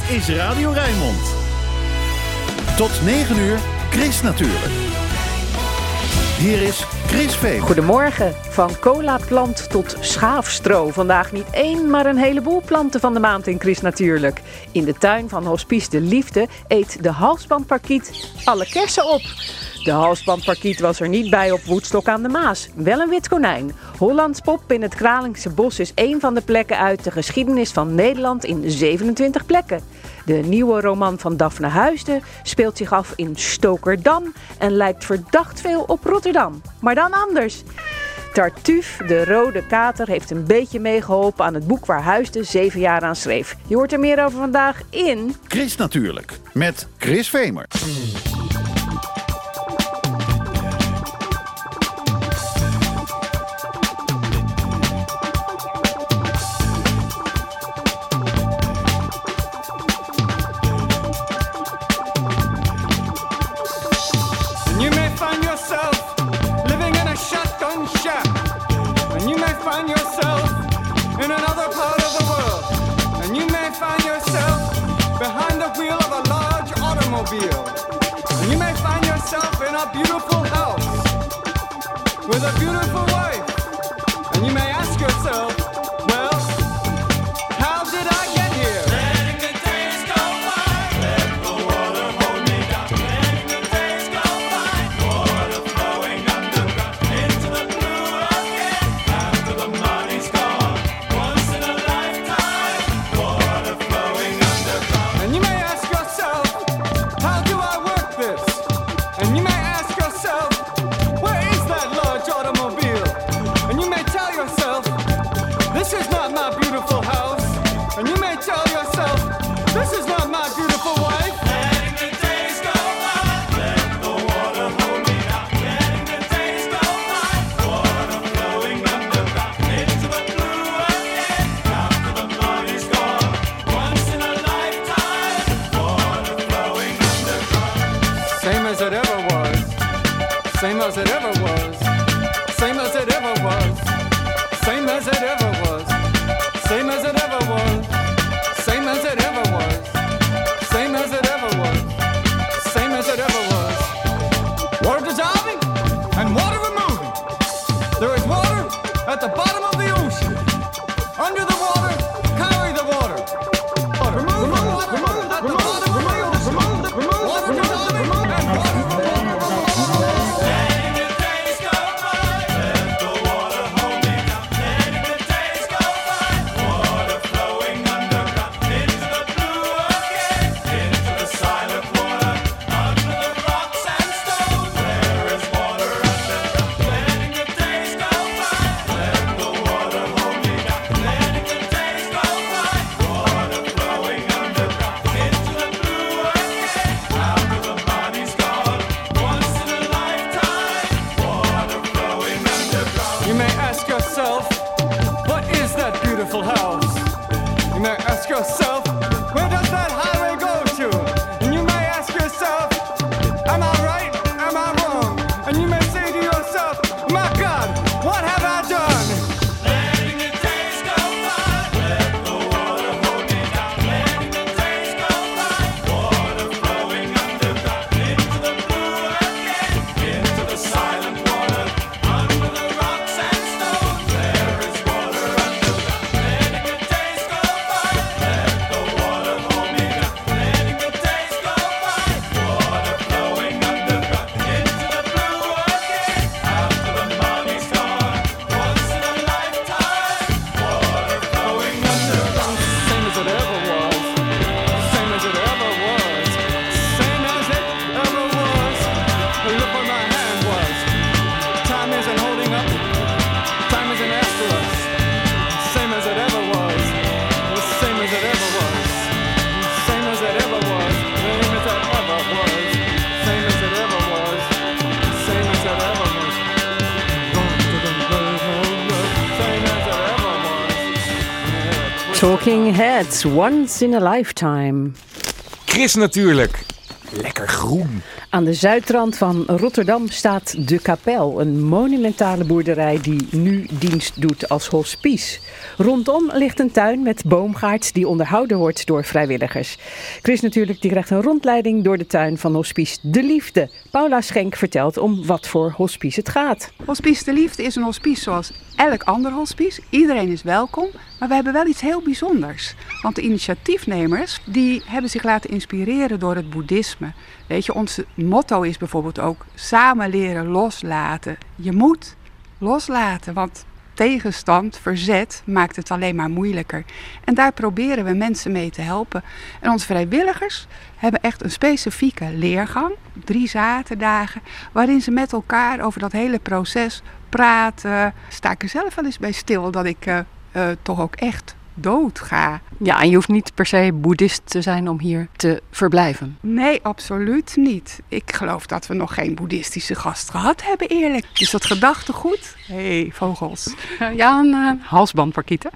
is Radio Rijnmond. Tot 9 uur, Chris natuurlijk. Hier is Chris Veen. Goedemorgen. Van colaplant tot schaafstro. Vandaag niet één, maar een heleboel planten van de maand in Chris natuurlijk. In de tuin van Hospice de Liefde eet de halsbandparkiet alle kersen op. De halsbandparkiet was er niet bij op Woodstock aan de Maas. Wel een wit konijn. Hollands Pop in het Kralingse Bos is één van de plekken uit de geschiedenis van Nederland in 27 plekken. De nieuwe roman van Daphne Huisden speelt zich af in Stokerdam en lijkt verdacht veel op Rotterdam. Maar dan anders. Tartuffe, de rode kater, heeft een beetje meegeholpen aan het boek waar Huisden 7 jaar aan schreef. Je hoort er meer over vandaag in Chris natuurlijk, met Chris Vemer. And you may find yourself in a beautiful house with a beautiful wife. And you may ask yourself, well, how did I get here? Letting the days go by, let the water hold me down. Letting the days go by, water flowing underground into the blue again. After the money's gone, once in a lifetime, water flowing underground. And you may ask yourself, how do I work this? And you may ask yourself, where is that large automobile? And you may tell yourself, this is not my beautiful house. And you may tell yourself, this is not my beautiful wife. Letting the days go by, let the water hold me down. Letting the days go by, water flowing underground into the blue again. After the money's gone, once in a lifetime, water flowing underground. Same as it ever was. Same as it ever was. Same as it ever was. Same as it ever was. Same as it ever was. Same as it ever was. Same as it ever was. Same as it ever was. Water dissolving and water removing. There is water at the bottom of the ocean. Under the water, carry the water. Remove the water at the bottom of the ocean. Water dissolving and water removing. Letting the days go by, let the water hold me down. Letting the days go by, water flowing underground into the blue again, into the silent water, under the rocks and stones. There is water underground. Letting the days go by, let the water hold me down. Letting the days go by, water flowing underground into the blue again, after the money's gone, once in a lifetime, water flowing underground. You may ask yourself, what is that beautiful house? You may ask yourself, where does that highway go to? And you may ask yourself, am I right? Am I wrong? And you may say to yourself, my God, what have I done? Letting the days go by, let the water hold me down. Letting the days go by, water flowing underground into the blue again, into the silent water, under the rocks and stones. There is water underground. Letting the days go by, let the water hold me down. Letting the days go by, water flowing underground into the blue again, after the money's gone, once in a lifetime, water flowing underground. Same as it ever was. Same as it ever was. Same as it ever was. Look where my hand was. Time isn't holding up. Time isn't after us. Same as it ever was. Same as it ever was. Same as it ever was. Same as it ever was. Same as it ever was. Same as it ever was. Same as it ever was. Talking Heads, Once in a Lifetime. Chris natuurlijk. Lekker groen. Aan de zuidrand van Rotterdam staat De Kapel, een monumentale boerderij die nu dienst doet als hospice. Rondom ligt een tuin met boomgaard die onderhouden wordt door vrijwilligers. Chris natuurlijk die krijgt een rondleiding door de tuin van Hospice De Liefde. Paula Schenk vertelt om wat voor hospice het gaat. Hospice De Liefde is een hospice zoals elk ander hospice. Iedereen is welkom, maar we hebben wel iets heel bijzonders. Want de initiatiefnemers die hebben zich laten inspireren door het boeddhisme. Weet je, ons motto is bijvoorbeeld ook samen leren loslaten. Je moet loslaten, want tegenstand, verzet maakt het alleen maar moeilijker. En daar proberen we mensen mee te helpen. En onze vrijwilligers hebben echt een specifieke leergang, 3 zaterdagen, waarin ze met elkaar over dat hele proces praten. Sta ik er zelf wel eens bij stil dat ik toch ook echt doodga. Ja, en je hoeft niet per se boeddhist te zijn om hier te verblijven. Nee, absoluut niet. Ik geloof dat we nog geen boeddhistische gast gehad hebben, eerlijk. Dus dat gedachtegoed. Hé, vogels. Ja, een halsbandparkieten.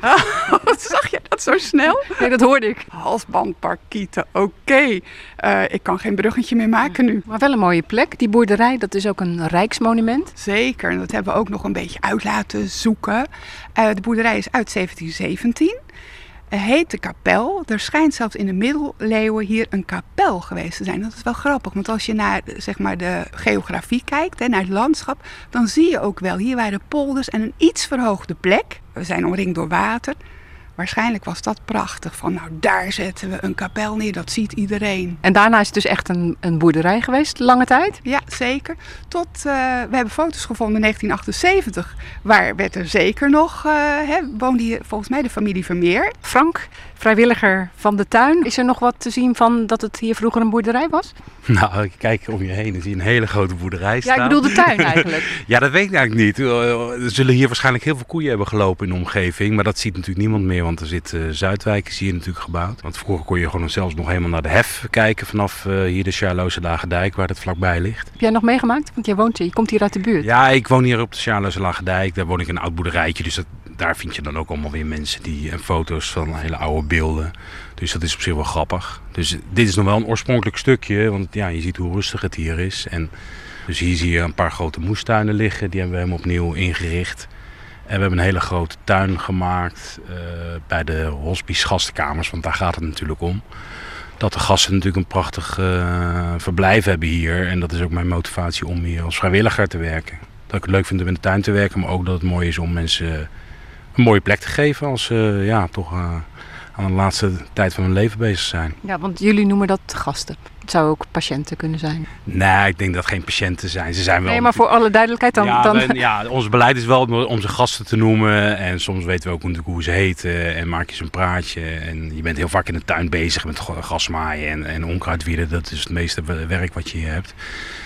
Zag je dat zo snel? Nee, dat hoorde ik. Halsbandparkieten, oké. Ik kan geen bruggetje meer maken nu. Maar wel een mooie plek. Die boerderij, dat is ook een rijksmonument. Zeker, en dat hebben we ook nog een beetje uit laten zoeken. De boerderij is uit 1717. Heet De Kapel. Er schijnt zelfs in de middeleeuwen hier een kapel geweest te zijn. Dat is wel grappig, want als je naar zeg maar, de geografie kijkt, hè, naar het landschap, dan zie je ook wel, hier waren polders en een iets verhoogde plek. We zijn omringd door water. Waarschijnlijk was dat prachtig. Van nou, daar zetten we een kapel neer, dat ziet iedereen. En daarna is het dus echt een boerderij geweest, lange tijd? Ja, zeker. We hebben foto's gevonden in 1978. Waar werd er zeker nog, woonde hier volgens mij de familie Vermeer. Frank, vrijwilliger van de tuin. Is er nog wat te zien van dat het hier vroeger een boerderij was? Nou, kijk om je heen en zie je een hele grote boerderij staan. Ja, ik bedoel de tuin eigenlijk. Ja, dat weet ik eigenlijk niet. Er zullen hier waarschijnlijk heel veel koeien hebben gelopen in de omgeving. Maar dat ziet natuurlijk niemand meer, want er zit Zuidwijk is hier natuurlijk gebouwd. Want vroeger kon je gewoon zelfs nog helemaal naar de hef kijken vanaf hier de Sjaarloze Lagedijk, waar het vlakbij ligt. Heb jij nog meegemaakt? Want je komt hier uit de buurt. Ja, ik woon hier op de Sjaarloze Lagedijk. Daar woon ik in een oud boerderijtje, dus daar vind je dan ook allemaal weer mensen en foto's van hele oude beelden. Dus dat is op zich wel grappig. Dus dit is nog wel een oorspronkelijk stukje, want ja, je ziet hoe rustig het hier is. En dus hier zie je een paar grote moestuinen liggen, die hebben we helemaal opnieuw ingericht. En we hebben een hele grote tuin gemaakt bij de hospice gastenkamers, want daar gaat het natuurlijk om. Dat de gasten natuurlijk een prachtig verblijf hebben hier. En dat is ook mijn motivatie om hier als vrijwilliger te werken. Dat ik het leuk vind om in de tuin te werken, maar ook dat het mooi is om mensen een mooie plek te geven als ze toch aan de laatste tijd van hun leven bezig zijn. Ja, want jullie noemen dat gasten. Het zou ook patiënten kunnen zijn. Nee, ik denk dat geen patiënten zijn. Ze zijn wel. Nee, maar voor alle duidelijkheid dan. Ja, ons beleid is wel om ze gasten te noemen. En soms weten we ook natuurlijk hoe ze heten. En maak je ze een praatje. En je bent heel vaak in de tuin bezig met grasmaaien en onkruidwieden. Dat is het meeste werk wat je hier hebt.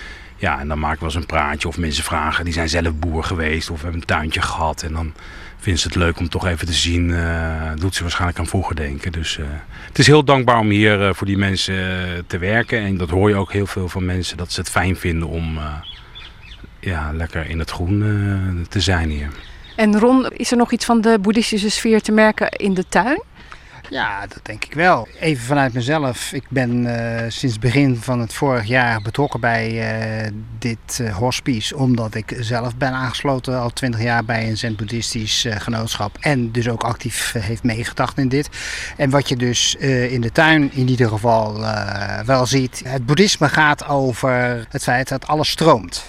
Ja, en dan maken we wel eens een praatje. Of mensen vragen, die zijn zelf boer geweest. Of hebben een tuintje gehad. En dan vinden ze het leuk om toch even te zien. Doet ze waarschijnlijk aan vroeger denken. Dus het is heel dankbaar om hier voor die mensen te werken. En dat hoor je ook heel veel van mensen. Dat ze het fijn vinden om lekker in het groen te zijn hier. En Ron, is er nog iets van de boeddhistische sfeer te merken in de tuin? Ja, dat denk ik wel. Even vanuit mezelf. Ik ben sinds het begin van het vorig jaar betrokken bij dit hospice. Omdat ik zelf ben aangesloten al 20 jaar bij een Zen-boeddhistisch genootschap. En dus ook actief heeft meegedacht in dit. En wat je dus in de tuin in ieder geval wel ziet. Het boeddhisme gaat over het feit dat alles stroomt.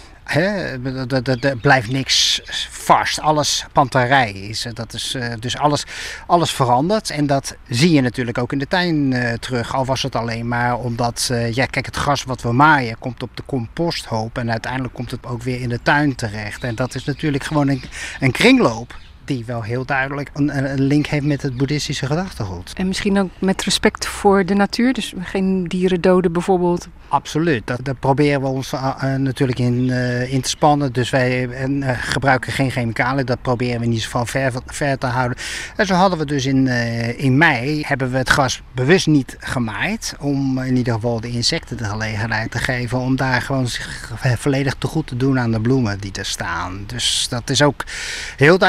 Er blijft niks vast, alles panterij is. Dat is dus alles verandert. En dat zie je natuurlijk ook in de tuin terug. Al was het alleen maar omdat, kijk, het gras wat we maaien komt op de composthoop. En uiteindelijk komt het ook weer in de tuin terecht. En dat is natuurlijk gewoon een kringloop die wel heel duidelijk een link heeft met het boeddhistische gedachtegoed. En misschien ook met respect voor de natuur, dus geen dieren doden bijvoorbeeld. Absoluut, daar proberen we ons natuurlijk in te spannen. Dus wij gebruiken geen chemicaliën, dat proberen we in ieder geval ver te houden. En zo hadden we dus in mei, hebben we het gras bewust niet gemaaid. Om in ieder geval de insecten de gelegenheid te geven om daar gewoon zich volledig te goed te doen aan de bloemen die er staan. Dus dat is ook heel duidelijk vanuit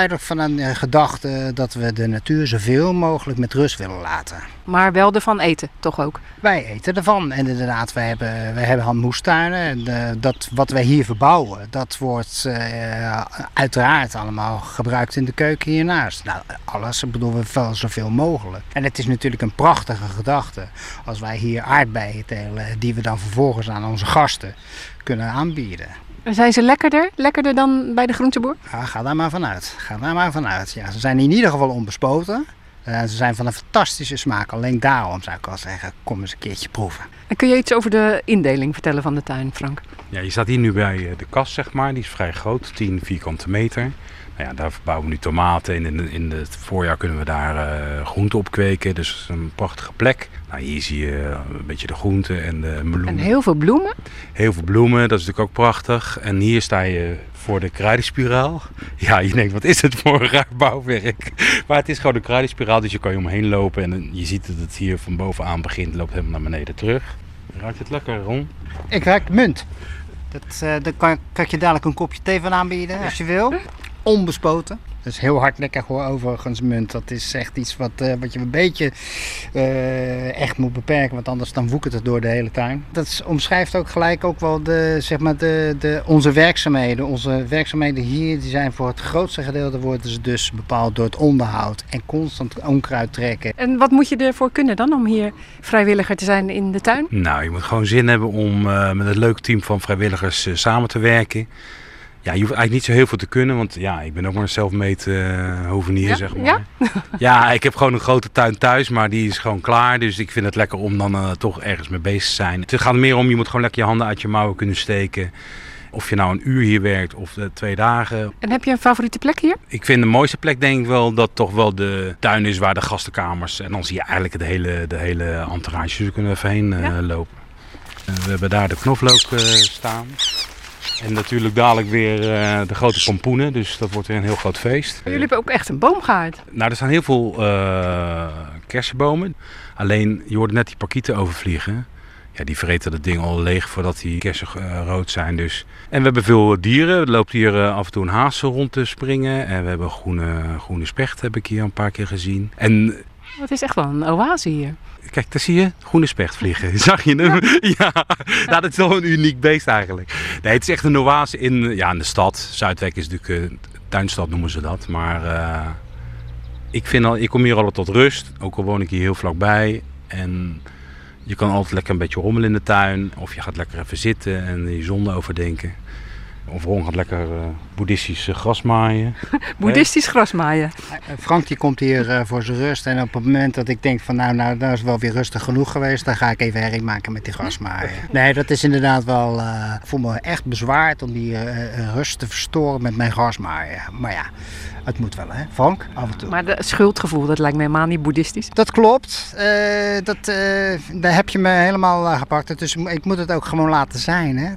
gedachte dat we de natuur zoveel mogelijk met rust willen laten. Maar wel ervan eten, toch ook? Wij eten ervan. En inderdaad, wij hebben al moestuinen. En dat wat wij hier verbouwen, dat wordt uiteraard allemaal gebruikt in de keuken hiernaast. Nou, alles, ik bedoel, wel zoveel mogelijk. En het is natuurlijk een prachtige gedachte als wij hier aardbeien telen, die we dan vervolgens aan onze gasten kunnen aanbieden. Zijn ze lekkerder? Lekkerder dan bij de groenteboer? Ja, ga daar maar vanuit. Ja, ze zijn in ieder geval onbespoten. Ze zijn van een fantastische smaak. Alleen daarom zou ik wel zeggen, kom eens een keertje proeven. En kun je iets over de indeling vertellen van de tuin, Frank? Ja, je staat hier nu bij de kas, zeg maar. Die is vrij groot, 10 vierkante meter. Nou ja, daar verbouwen we nu tomaten en in het voorjaar kunnen we daar groenten op kweken. Dus dat is een prachtige plek. Nou, hier zie je een beetje de groenten en de meloenen. En heel veel bloemen? Heel veel bloemen, dat is natuurlijk ook prachtig. En hier sta je voor de kruidenspiraal. Ja, je denkt, wat is het voor een raar bouwwerk? Maar het is gewoon een kruidenspiraal, dus je kan je omheen lopen. En je ziet dat het hier van bovenaan begint, loopt helemaal naar beneden terug. Ruikt het lekker, Ron? Ik ruik munt. Daar kan ik je dadelijk een kopje thee van aanbieden, als je wil. Onbespoten. Dat is heel hard lekker hoor, overigens munt. Dat is echt iets wat je een beetje echt moet beperken, want anders dan woekert het door de hele tuin. Dat omschrijft ook gelijk ook wel onze werkzaamheden. Onze werkzaamheden hier die zijn voor het grootste gedeelte worden ze dus bepaald door het onderhoud en constant onkruid trekken. En wat moet je ervoor kunnen dan om hier vrijwilliger te zijn in de tuin? Nou, je moet gewoon zin hebben om met een leuk team van vrijwilligers samen te werken. Ja, je hoeft eigenlijk niet zo heel veel te kunnen, want ja, ik ben ook maar een self-made hovenier, zeg maar. Ja? Ja, ik heb gewoon een grote tuin thuis, maar die is gewoon klaar. Dus ik vind het lekker om dan toch ergens mee bezig te zijn. Het gaat meer om, je moet gewoon lekker je handen uit je mouwen kunnen steken. Of je nou een uur hier werkt of 2 dagen. En heb je een favoriete plek hier? Ik vind de mooiste plek denk ik wel dat toch wel de tuin is waar de gastenkamers. En dan zie je eigenlijk de hele entourage. Dus we kunnen even heen lopen. We hebben daar de knoflook staan. En natuurlijk dadelijk weer de grote pompoenen, dus dat wordt weer een heel groot feest. Maar jullie hebben ook echt een boomgaard. Nou, er staan heel veel kersenbomen. Alleen, je hoorde net die parkieten overvliegen. Ja, die vreten dat ding al leeg voordat die kersen rood zijn. Dus. En we hebben veel dieren. Er loopt hier af en toe een haas rond te springen. En we hebben groene specht, heb ik hier een paar keer gezien. En het is echt wel een oase hier. Kijk, daar zie je groene specht vliegen. Zag je hem? Ja. Nou, dat is wel een uniek beest eigenlijk. Nee, het is echt een oase in de stad. Zuidwijk is natuurlijk tuinstad noemen ze dat. Maar ik kom hier altijd tot rust. Ook al woon ik hier heel vlakbij. En je kan altijd lekker een beetje rommelen in de tuin. Of je gaat lekker even zitten en je zonde overdenken. Of Ron gaat lekker boeddhistisch gras maaien. Boeddhistisch gras maaien. Frank die komt hier voor zijn rust. En op het moment dat ik denk van nou is het wel weer rustig genoeg geweest. Dan ga ik even herrie maken met die grasmaaien. Nee, dat is inderdaad wel, ik voel me echt bezwaard om die rust te verstoren met mijn grasmaaien. Maar ja, het moet wel hè, Frank, af en toe. Maar het schuldgevoel, dat lijkt me helemaal niet boeddhistisch. Dat klopt. Daar heb je me helemaal gepakt. Dus ik moet het ook gewoon laten zijn. Hè?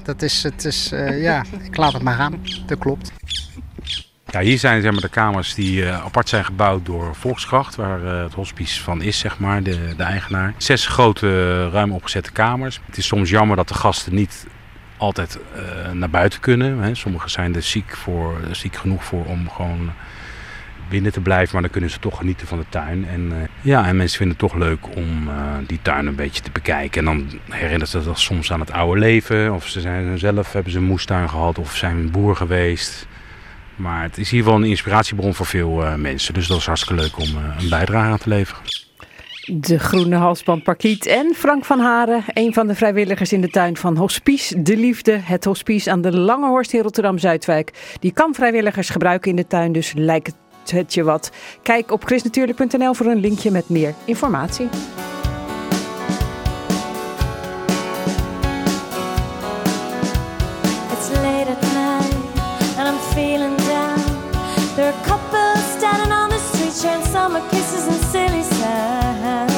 Ik laat het maar gaan. Dat klopt. Ja, hier zijn zeg maar, de kamers die apart zijn gebouwd door Volkskracht, waar het hospice van is, zeg maar, de eigenaar. 6 grote, ruim opgezette kamers. Het is soms jammer dat de gasten niet altijd naar buiten kunnen. Hè. Sommigen zijn er ziek genoeg voor om gewoon binnen te blijven, maar dan kunnen ze toch genieten van de tuin. En mensen vinden het toch leuk om die tuin een beetje te bekijken. En dan herinnert ze dat soms aan het oude leven. Of hebben ze een moestuin gehad of zijn boer geweest. Maar het is hier wel een inspiratiebron voor veel mensen. Dus dat is hartstikke leuk om een bijdrage aan te leveren. De groene halsband parkiet en Frank van Haren, een van de vrijwilligers in de tuin van Hospice de Liefde. Het hospice aan de Lange Horst in Rotterdam-Zuidwijk. Die kan vrijwilligers gebruiken in de tuin, dus lijkt het je wat. Kijk op chrisnatuurlijk.nl voor een linkje met meer informatie. It's late at night and I'm feeling down. There are couples standing on the street sharing summer kisses and silly sounds.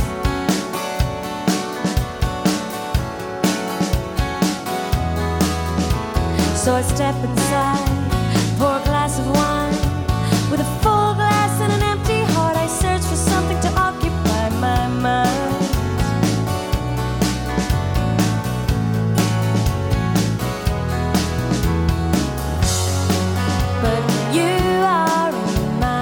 So I step inside, pour a glass of wine. With a full glass and an empty heart, I search for something to occupy my mind. But you are in my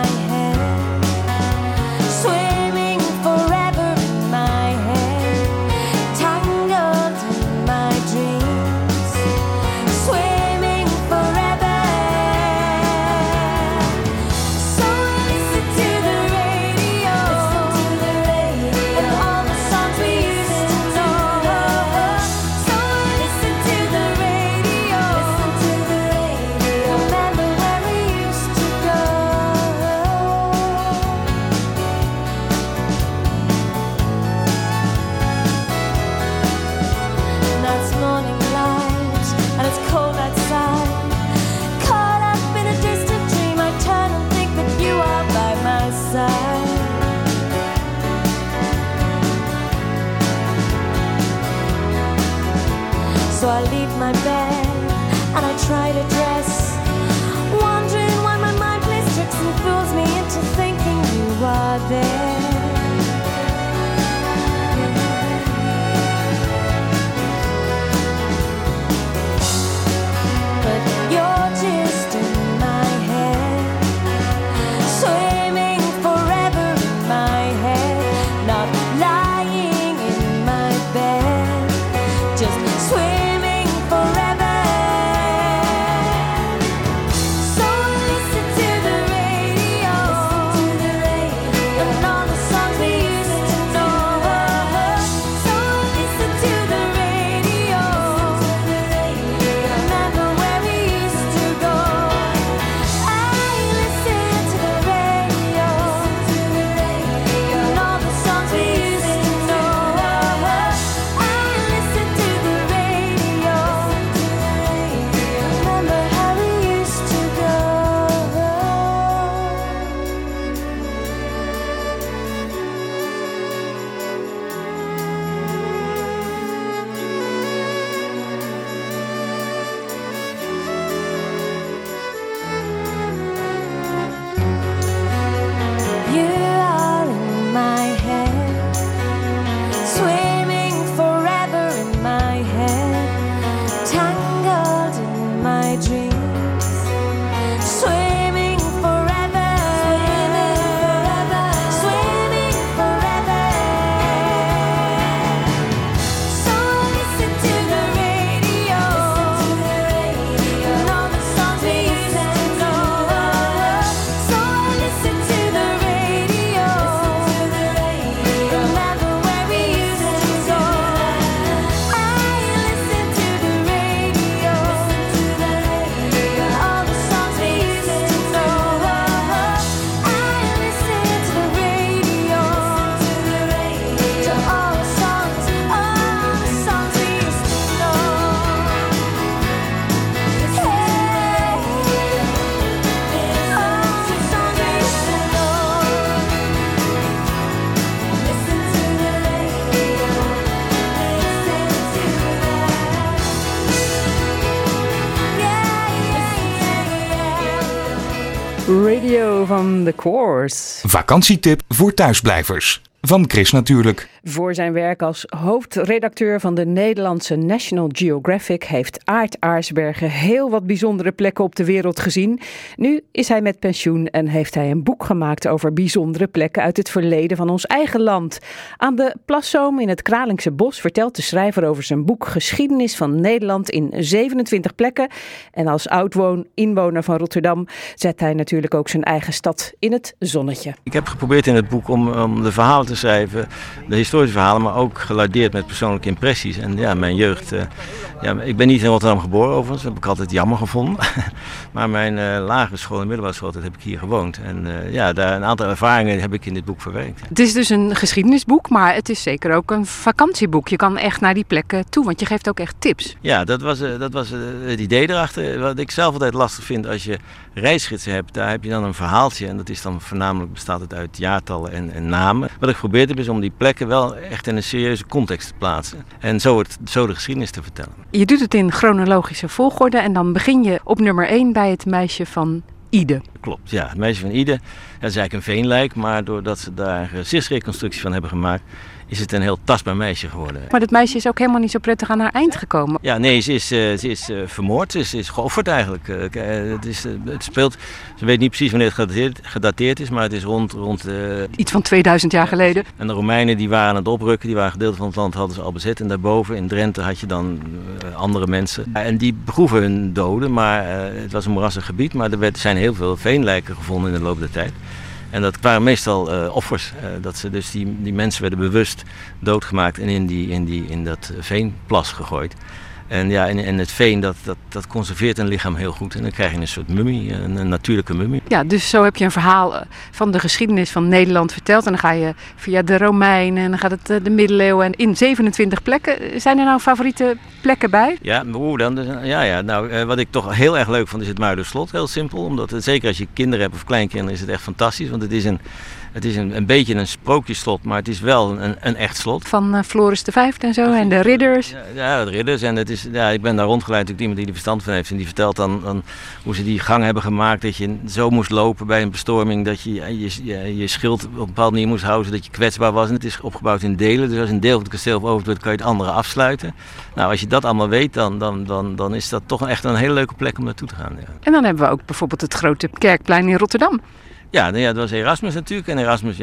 So I leave my bed and I try to dress, wondering why my mind plays tricks and fools me into thinking you are there. But you're just in my head, swimming forever in my head, not lying in my bed, just swimming forever. So listen to the radio, and all the songs we used to know. So listen to the radio, remember where we used to go. I listen to the radio, and all the songs we used to know. I listen to the radio, remember how we used to go. You are in my head, swimming forever in my head, tangled in my dreams, swimming forever, swimming forever. So listen to the radio, and all the songs we used to know. So listen to the radio, remember where we used to go. I listen to the radio, all the songs we used to know. I listen to the radio, to all the songs we used to know. Hey, all the songs we used to know. Listen to the radio, listen to that. Yeah. Radio van The Course. Vakantietip voor thuisblijvers. Van Chris natuurlijk. Voor zijn werk als hoofdredacteur van de Nederlandse National Geographic heeft Aart Aarsbergen heel wat bijzondere plekken op de wereld gezien. Nu is hij met pensioen en heeft hij een boek gemaakt over bijzondere plekken uit het verleden van ons eigen land. Aan de Plaszoom in het Kralingse Bos vertelt de schrijver over zijn boek Geschiedenis van Nederland in 27 plekken. En als inwoner van Rotterdam zet hij natuurlijk ook zijn eigen stad in het zonnetje. Ik heb geprobeerd in het boek om de verhalen te schrijven, de historische verhalen, maar ook gelardeerd met persoonlijke impressies. En ja, mijn jeugd, ik ben niet in Rotterdam geboren overigens, dat heb ik altijd jammer gevonden. Maar mijn lagere school en middelbare school, dat heb ik hier gewoond. En daar een aantal ervaringen heb ik in dit boek verwerkt. Het is dus een geschiedenisboek, maar het is zeker ook een vakantieboek. Je kan echt naar die plekken toe, want je geeft ook echt tips. Ja, dat was het idee erachter. Wat ik zelf altijd lastig vind als je reisgidsen hebt, daar heb je dan een verhaaltje. En dat is dan voornamelijk, bestaat het uit jaartallen en namen. Wat ik geprobeerd heb is om die plekken wel echt in een serieuze context te plaatsen. En zo de geschiedenis te vertellen. Je doet het in chronologische volgorde en dan begin je op nummer 1 bij het meisje van Ide. Klopt, ja. Het meisje van Ide, dat is eigenlijk een veenlijk, maar doordat ze daar gezichtsreconstructie van hebben gemaakt, is het een heel tastbaar meisje geworden. Maar dat meisje is ook helemaal niet zo prettig aan haar eind gekomen. Ja, nee, ze is vermoord. Ze is geofferd eigenlijk. Het speelt, ze weet niet precies wanneer het gedateerd is, maar het is rond iets van 2000 jaar geleden. En de Romeinen die waren aan het oprukken, die waren gedeelte van het land hadden ze al bezet. En daarboven in Drenthe had je dan andere mensen. En die begroeven hun doden, maar het was een moerassig gebied, maar er zijn heel veel veenlijken gevonden in de loop der tijd. En dat waren meestal offers, dat ze dus die mensen werden bewust doodgemaakt en in dat veenplas gegooid. En ja, en het veen dat conserveert een lichaam heel goed en dan krijg je een soort mummie, een natuurlijke mummie. Ja, dus zo heb je een verhaal van de geschiedenis van Nederland verteld en dan ga je via de Romeinen en dan gaat het de middeleeuwen en in 27 plekken. Zijn er nou favoriete plekken bij? Ja, wat ik toch heel erg leuk vond is het Muiderslot, heel simpel, omdat zeker als je kinderen hebt of kleinkinderen is het echt fantastisch, want het is Het is een beetje een sprookjesslot, maar het is wel een echt slot. Van Floris V en zo en de ridders. Ja, de ridders. En ik ben daar rondgeleid door iemand die er verstand van heeft. En die vertelt dan hoe ze die gang hebben gemaakt. Dat je zo moest lopen bij een bestorming. Dat je schild op een bepaalde manier moest houden zodat je kwetsbaar was. En het is opgebouwd in delen. Dus als een deel van het kasteel veroverd wordt, kan je het andere afsluiten. Nou, als je dat allemaal weet, dan is dat toch echt een hele leuke plek om naartoe te gaan. Ja. En dan hebben we ook bijvoorbeeld het grote kerkplein in Rotterdam. Ja, dat was Erasmus natuurlijk. En Erasmus,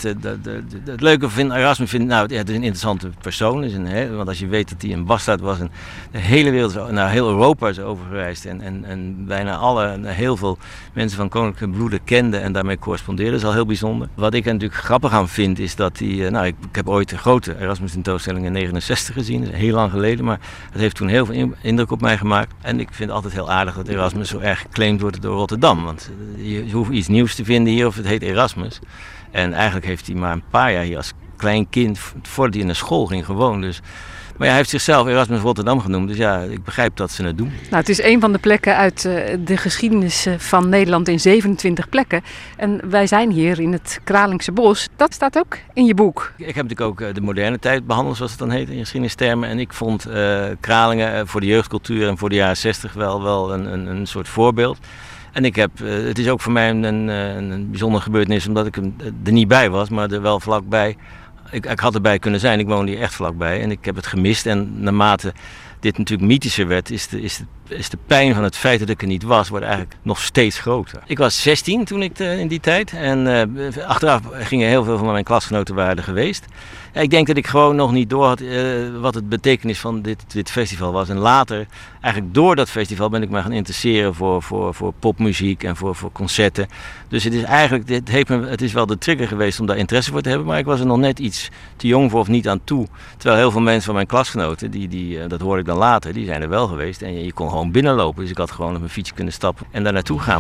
het leuke van Erasmus het is een interessante persoon. Want als je weet dat hij een bastaard was en de hele wereld, heel Europa is overgereisd. En bijna heel veel mensen van koninklijke bloeden kenden en daarmee correspondeerden. Dat is al heel bijzonder. Wat ik er natuurlijk grappig aan vind, is dat hij, ik heb ooit een grote Erasmus tentoonstelling in 1969 gezien. Dat is heel lang geleden, maar het heeft toen heel veel indruk op mij gemaakt. En ik vind het altijd heel aardig dat Erasmus zo erg geclaimd wordt door Rotterdam. Want je hoeft iets nieuws te vinden hier, of het heet Erasmus. En eigenlijk heeft hij maar een paar jaar hier als klein kind, voordat hij naar school ging, gewoond. Dus. Maar hij heeft zichzelf Erasmus Rotterdam genoemd, dus ja, ik begrijp dat ze het doen. Nou, het is een van de plekken uit de geschiedenis van Nederland in 27 plekken. En wij zijn hier in het Kralingse Bos. Dat staat ook in je boek. Ik heb natuurlijk ook de moderne tijd behandeld, zoals het dan heet in geschiedenistermen. En ik vond Kralingen voor de jeugdcultuur en voor de jaren 60 wel een soort voorbeeld. En het is ook voor mij een bijzondere gebeurtenis, omdat ik er niet bij was, maar er wel vlakbij. Ik had erbij kunnen zijn, ik woonde hier echt vlakbij en ik heb het gemist. En naarmate dit natuurlijk mythischer werd, is de pijn van het feit dat ik er niet was, wordt eigenlijk nog steeds groter. Ik was 16 toen ik in die tijd en achteraf gingen heel veel van mijn klasgenoten waren er geweest. Ja, ik denk dat ik gewoon nog niet door had wat het betekenis van dit festival was. En later, eigenlijk door dat festival, ben ik me gaan interesseren voor popmuziek en voor concerten. Dus het is eigenlijk, het is wel de trigger geweest om daar interesse voor te hebben, maar ik was er nog net iets te jong voor of niet aan toe. Terwijl heel veel mensen van mijn klasgenoten, dat hoorde ik dan later, die zijn er wel geweest en je kon gewoon binnenlopen. Dus ik had gewoon op mijn fietsje kunnen stappen en daar naartoe gaan.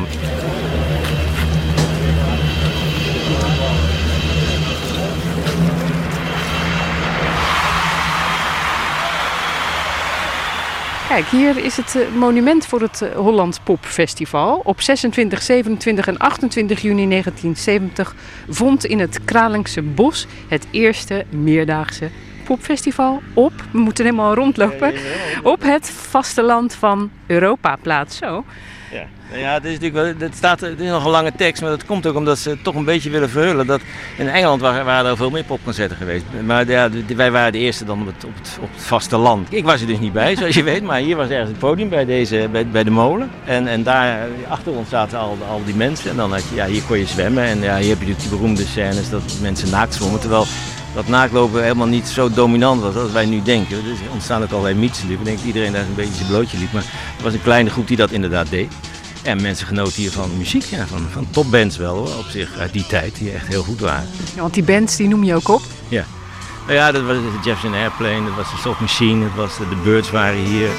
Kijk, hier is het monument voor het Holland Popfestival. Op 26, 27 en 28 juni 1970 vond in het Kralingse Bos het eerste meerdaagse popfestival op, we moeten helemaal rondlopen, op het vasteland van Europa plaats. Zo. Ja, het is natuurlijk het is nog een lange tekst, maar dat komt ook omdat ze toch een beetje willen verhullen. Dat in Engeland waren er veel meer popconcerten geweest. Maar ja, wij waren de eerste dan op het vasteland. Ik was er dus niet bij, zoals je weet, maar hier was ergens het podium bij de molen. En daar achter ons zaten al die mensen. En dan had je, hier kon je zwemmen en hier heb je natuurlijk die beroemde scènes dat mensen naakt zwommen. Terwijl dat naaktlopen helemaal niet zo dominant was als wij nu denken. Er ontstaan ook allerlei mythes. Ik denk dat iedereen daar een beetje zijn blootje liep. Maar er was een kleine groep die dat inderdaad deed. En mensen genoten hier van muziek, van topbands wel hoor, op zich uit die tijd, die echt heel goed waren. Ja, want die bands die noem je ook op? Ja. Nou ja, dat was de Jefferson Airplane, dat was de Soft Machine, dat was de Birds waren hier.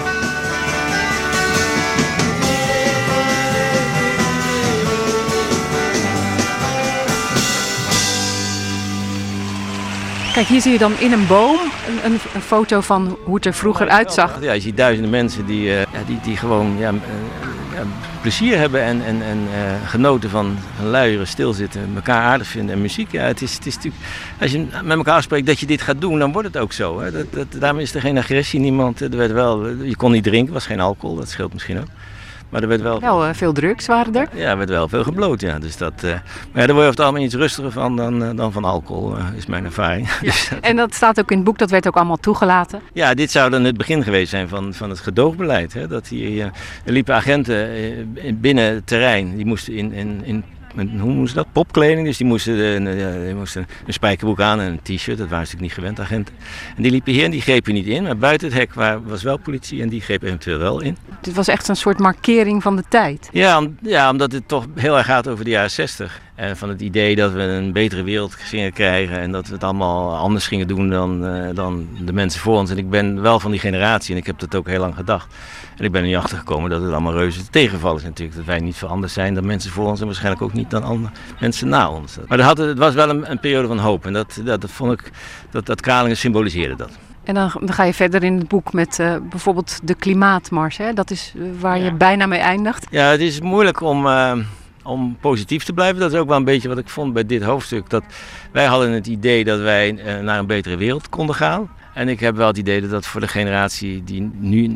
Kijk, hier zie je dan in een boom een foto van hoe het er vroeger uitzag. Ja, je ziet duizenden mensen die gewoon plezier hebben en genoten van luieren, stilzitten, elkaar aardig vinden en muziek. Ja, het is natuurlijk, als je met elkaar afspreekt dat je dit gaat doen, dan wordt het ook zo. Hè. Daarom is er geen agressie, niemand. Je kon niet drinken, was geen alcohol, dat scheelt misschien ook. Maar er werd wel veel drugs waren er. Ja, er werd wel veel gebloot, ja. Dus maar ja, daar word je over het algemeen iets rustiger van dan van alcohol, is mijn ervaring. Ja. En dat staat ook in het boek, dat werd ook allemaal toegelaten? Ja, dit zou dan het begin geweest zijn van het gedoogbeleid. Hè. Dat er liepen agenten binnen het terrein, die moesten hoe moesten dat? Popkleding, dus die moesten een spijkerbroek aan en een t-shirt, dat waren ze natuurlijk niet gewend, agenten. En die liepen hier en die grepen niet in, maar buiten het hek was wel politie en die greep eventueel wel in. Dit was echt een soort markering van de tijd. Ja, omdat het toch heel erg gaat over de jaren 60. En van het idee dat we een betere wereld gingen krijgen en dat we het allemaal anders gingen doen dan de mensen voor ons. En ik ben wel van die generatie en ik heb dat ook heel lang gedacht. En ik ben er niet achter gekomen dat het allemaal reuze tegenval is natuurlijk. Dat wij niet veel anders zijn dan mensen voor ons en waarschijnlijk ook niet dan andere mensen na ons. Maar het was wel een periode van hoop en dat vond ik, dat Kralingen symboliseerde dat. En dan ga je verder in het boek met bijvoorbeeld de klimaatmars. Hè? Dat is waar je bijna mee eindigt. Ja, het is moeilijk om om positief te blijven. Dat is ook wel een beetje wat ik vond bij dit hoofdstuk. Dat wij hadden het idee dat wij naar een betere wereld konden gaan. En ik heb wel het idee dat dat voor de generatie die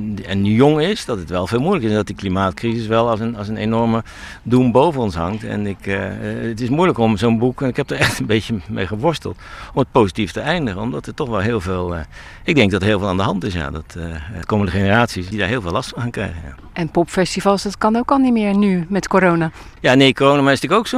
nu jong is, dat het wel veel moeilijker is. En dat die klimaatcrisis wel als een enorme doem boven ons hangt. En het is moeilijk om zo'n boek, en ik heb er echt een beetje mee geworsteld, om het positief te eindigen. Omdat er toch wel heel veel, ik denk dat er heel veel aan de hand is. Ja, dat de komende generaties die daar heel veel last van gaan krijgen. Ja. En popfestivals, dat kan ook al niet meer nu met corona. Ja, nee, corona, maar is natuurlijk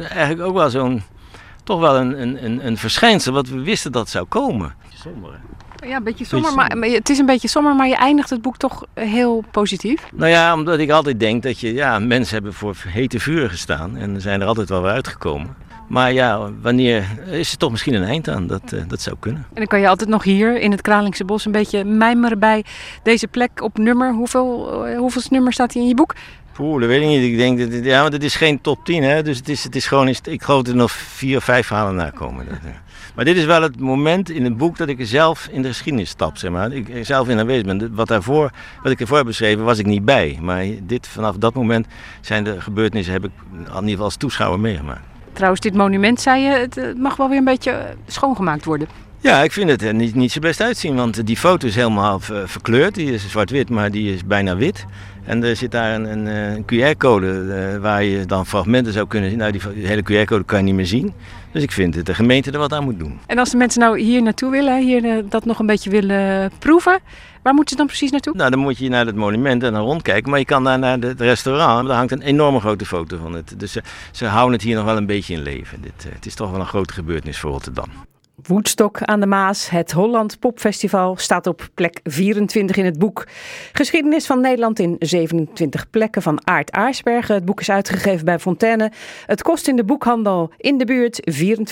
ook toch wel een verschijnsel wat we wisten dat zou komen. Somber, hè? Ja, een beetje somber, maar het is een beetje somber, maar je eindigt het boek toch heel positief. Nou ja, omdat ik altijd denk dat mensen hebben voor hete vuren gestaan en zijn er altijd wel weer uitgekomen. Maar ja, wanneer is er toch misschien een eind aan? Dat zou kunnen. En dan kan je altijd nog hier in het Kralingse Bos een beetje mijmeren bij deze plek op nummer. Hoeveel nummer staat hier in je boek? Dat weet ik niet. Ik denk want het is geen top 10, hè? Dus het is gewoon, ik geloof dat er nog 4 of 5 verhalen na komen. Maar dit is wel het moment in het boek dat ik er zelf in de geschiedenis stap, zeg maar. Ik zelf in aanwezig ben. Wat ik ervoor heb beschreven, was ik niet bij. Maar vanaf dat moment zijn de gebeurtenissen, heb ik in ieder geval als toeschouwer meegemaakt. Trouwens, dit monument, zei je, het mag wel weer een beetje schoongemaakt worden. Ja, ik vind het er niet zo best uitzien, want die foto is helemaal verkleurd. Die is zwart-wit, maar die is bijna wit. En er zit daar een QR-code waar je dan fragmenten zou kunnen zien. Nou, die hele QR-code kan je niet meer zien. Dus ik vind dat de gemeente er wat aan moet doen. En als de mensen nou hier naartoe willen, dat nog een beetje willen proeven, waar moeten ze dan precies naartoe? Nou, dan moet je naar het monument en dan rondkijken. Maar je kan daar naar het restaurant, daar hangt een enorme grote foto van het. Dus ze houden het hier nog wel een beetje in leven. Het is toch wel een grote gebeurtenis voor Rotterdam. Woodstock aan de Maas, het Holland Popfestival, staat op plek 24 in het boek. Geschiedenis van Nederland in 27 plekken van Aart Aarsbergen. Het boek is uitgegeven bij Fontaine. Het kost in de boekhandel in de buurt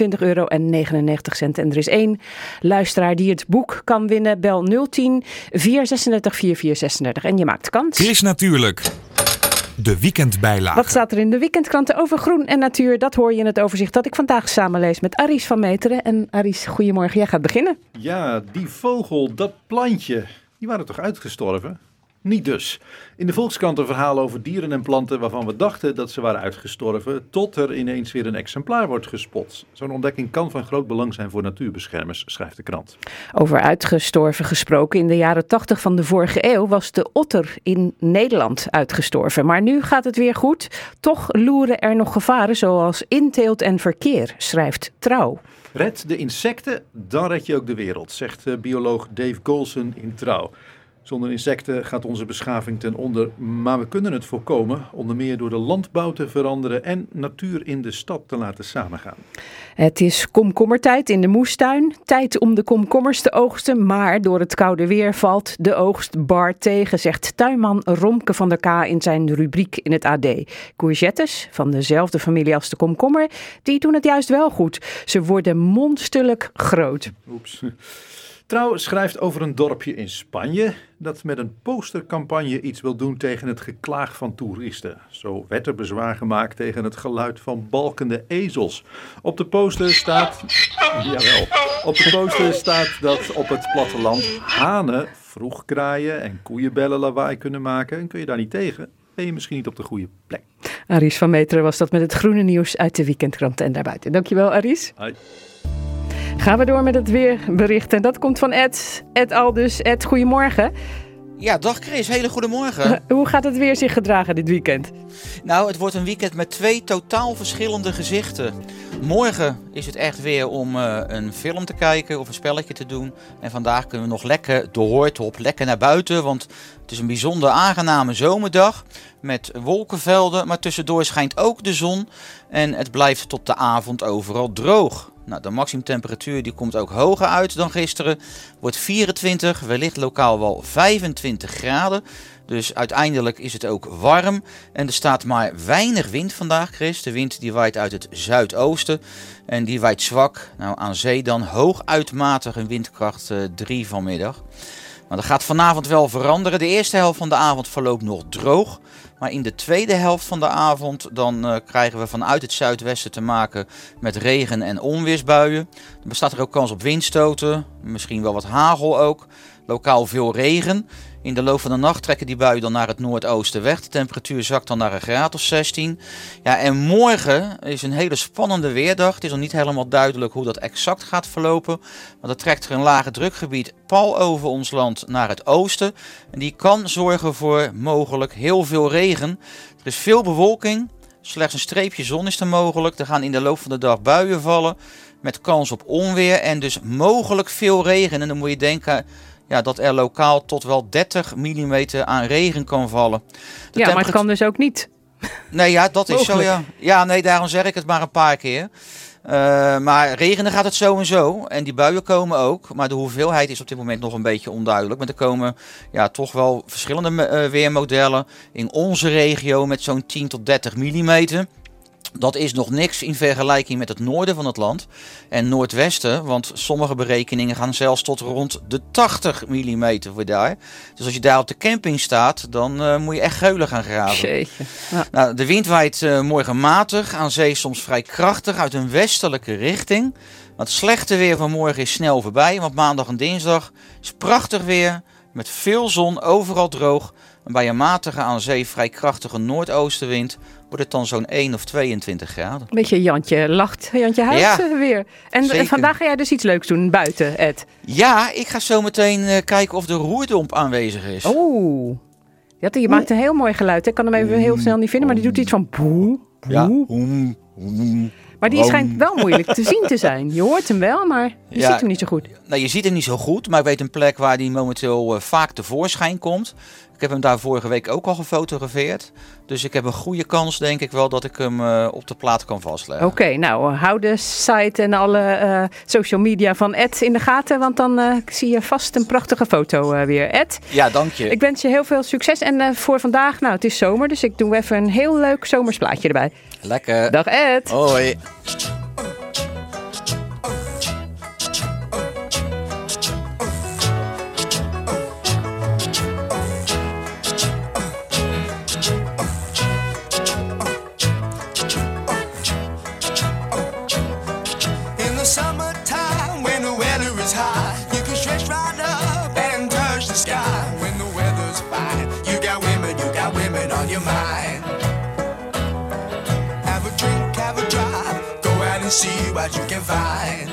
€24,99. En er is 1 luisteraar die het boek kan winnen. Bel 010 436 4436 en je maakt kans. Chris Natuurlijk. De weekendbijlage. Wat staat er in de weekendkranten over groen en natuur? Dat hoor je in het overzicht dat ik vandaag samenlees met Aries van Meteren. En Aries, goedemorgen, jij gaat beginnen. Ja, die vogel, dat plantje, die waren toch uitgestorven? Niet dus. In de Volkskrant een verhaal over dieren en planten waarvan we dachten dat ze waren uitgestorven, tot er ineens weer een exemplaar wordt gespot. Zo'n ontdekking kan van groot belang zijn voor natuurbeschermers, schrijft de krant. Over uitgestorven gesproken, in de jaren 80 van de vorige eeuw was de otter in Nederland uitgestorven. Maar nu gaat het weer goed. Toch loeren er nog gevaren zoals inteelt en verkeer, schrijft Trouw. Red de insecten, dan red je ook de wereld, zegt bioloog Dave Golson in Trouw. Zonder insecten gaat onze beschaving ten onder, maar we kunnen het voorkomen, onder meer door de landbouw te veranderen en natuur in de stad te laten samengaan. Het is komkommertijd in de moestuin, tijd om de komkommers te oogsten, maar door het koude weer valt de oogst bar tegen, zegt tuinman Romke van der K in zijn rubriek in het AD. Courgettes, van dezelfde familie als de komkommer, die doen het juist wel goed. Ze worden monsterlijk groot. Oeps. Trouw schrijft over een dorpje in Spanje dat met een postercampagne iets wil doen tegen het geklaag van toeristen. Zo werd er bezwaar gemaakt tegen het geluid van balkende ezels. Op de poster staat, dat op het platteland hanen vroeg kraaien en koeienbellen lawaai kunnen maken. En kun je daar niet tegen, ben je misschien niet op de goede plek. Aries van Meteren was dat met het groene nieuws uit de weekendkrant en daarbuiten. Dankjewel, Aries. Hoi. Gaan we door met het weerbericht. En dat komt van Ed. Ed Aldus. Ed, goedemorgen. Ja, dag Chris. Hele goedemorgen. Hoe gaat het weer zich gedragen dit weekend? Nou, het wordt een weekend met 2 totaal verschillende gezichten. Morgen is het echt weer om een film te kijken of een spelletje te doen. En vandaag kunnen we nog lekker de hoort op, lekker naar buiten. Want het is een bijzonder aangename zomerdag met wolkenvelden. Maar tussendoor schijnt ook de zon. En het blijft tot de avond overal droog. Nou, de maximumtemperatuur die komt ook hoger uit dan gisteren. Wordt 24, wellicht lokaal wel 25 graden. Dus uiteindelijk is het ook warm. En er staat maar weinig wind vandaag, Chris. De wind die waait uit het zuidoosten. En die waait zwak. Nou, aan zee dan hooguit matig een windkracht 3 vanmiddag. Maar dat gaat vanavond wel veranderen. De eerste helft van de avond verloopt nog droog. Maar in de tweede helft van de avond dan krijgen we vanuit het zuidwesten te maken met regen- en onweersbuien. Er bestaat er ook kans op windstoten, misschien wel wat hagel ook. Lokaal veel regen. In de loop van de nacht trekken die buien dan naar het noordoosten weg. De temperatuur zakt dan naar een graad of 16. Ja, en morgen is een hele spannende weerdag. Het is nog niet helemaal duidelijk hoe dat exact gaat verlopen. Maar dan trekt er een lage drukgebied pal over ons land naar het oosten. En die kan zorgen voor mogelijk heel veel regen. Er is veel bewolking. Slechts een streepje zon is er mogelijk. Er gaan in de loop van de dag buien vallen. Met kans op onweer en dus mogelijk veel regen. En dan moet je denken... Ja, dat er lokaal tot wel 30 mm aan regen kan vallen. Maar het kan dus ook niet. Nee, ja, dat is Mogelijk. zo, ja. Ja, nee, daarom zeg ik het maar een paar keer. Maar regenen gaat het zo en zo. En die buien komen ook. Maar de hoeveelheid is op dit moment nog een beetje onduidelijk. Maar er komen toch wel verschillende weermodellen in onze regio met zo'n 10 tot 30 mm. Dat is nog niks in vergelijking met het noorden van het land en noordwesten, want sommige berekeningen gaan zelfs tot rond de 80 mm voor daar. Dus als je daar op de camping staat, dan moet je echt geulen gaan graven. Jeetje. Ja. Nou, de wind waait morgen matig, aan zee soms vrij krachtig uit een westelijke richting. Maar het slechte weer van morgen is snel voorbij, want maandag en dinsdag is prachtig weer met veel zon, overal droog. En bij een matige aan zee vrij krachtige noordoostenwind wordt het dan zo'n 1 of 22 graden. Een beetje Jantje lacht, Jantje huilt weer. En zeker. Vandaag ga jij dus iets leuks doen buiten, Ed. Ja, ik ga zo meteen kijken of de roerdomp aanwezig is. Oh, je maakt een heel mooi geluid. Ik kan hem even heel snel niet vinden, maar die doet iets van boe, boe. Ja. Maar die schijnt wel moeilijk te zien te zijn. Je hoort hem wel, maar je ziet hem niet zo goed. Nou, je ziet hem niet zo goed, maar ik weet een plek waar die momenteel vaak tevoorschijn komt. Ik heb hem daar vorige week ook al gefotografeerd. Dus ik heb een goede kans, denk ik wel, dat ik hem op de plaat kan vastleggen. Oké, nou, hou de site en alle social media van Ed in de gaten. Want dan zie je vast een prachtige foto weer. Ed, ja, dank je. Ik wens je heel veel succes. En voor vandaag, nou, het is zomer, dus ik doe even een heel leuk zomersplaatje erbij. Lekker. Dag Ed. Hoi. Summertime when the weather is high, you can stretch right up and touch the sky. When the weather's fine, you got women on your mind. Have a drink, have a drive, go out and see what you can find.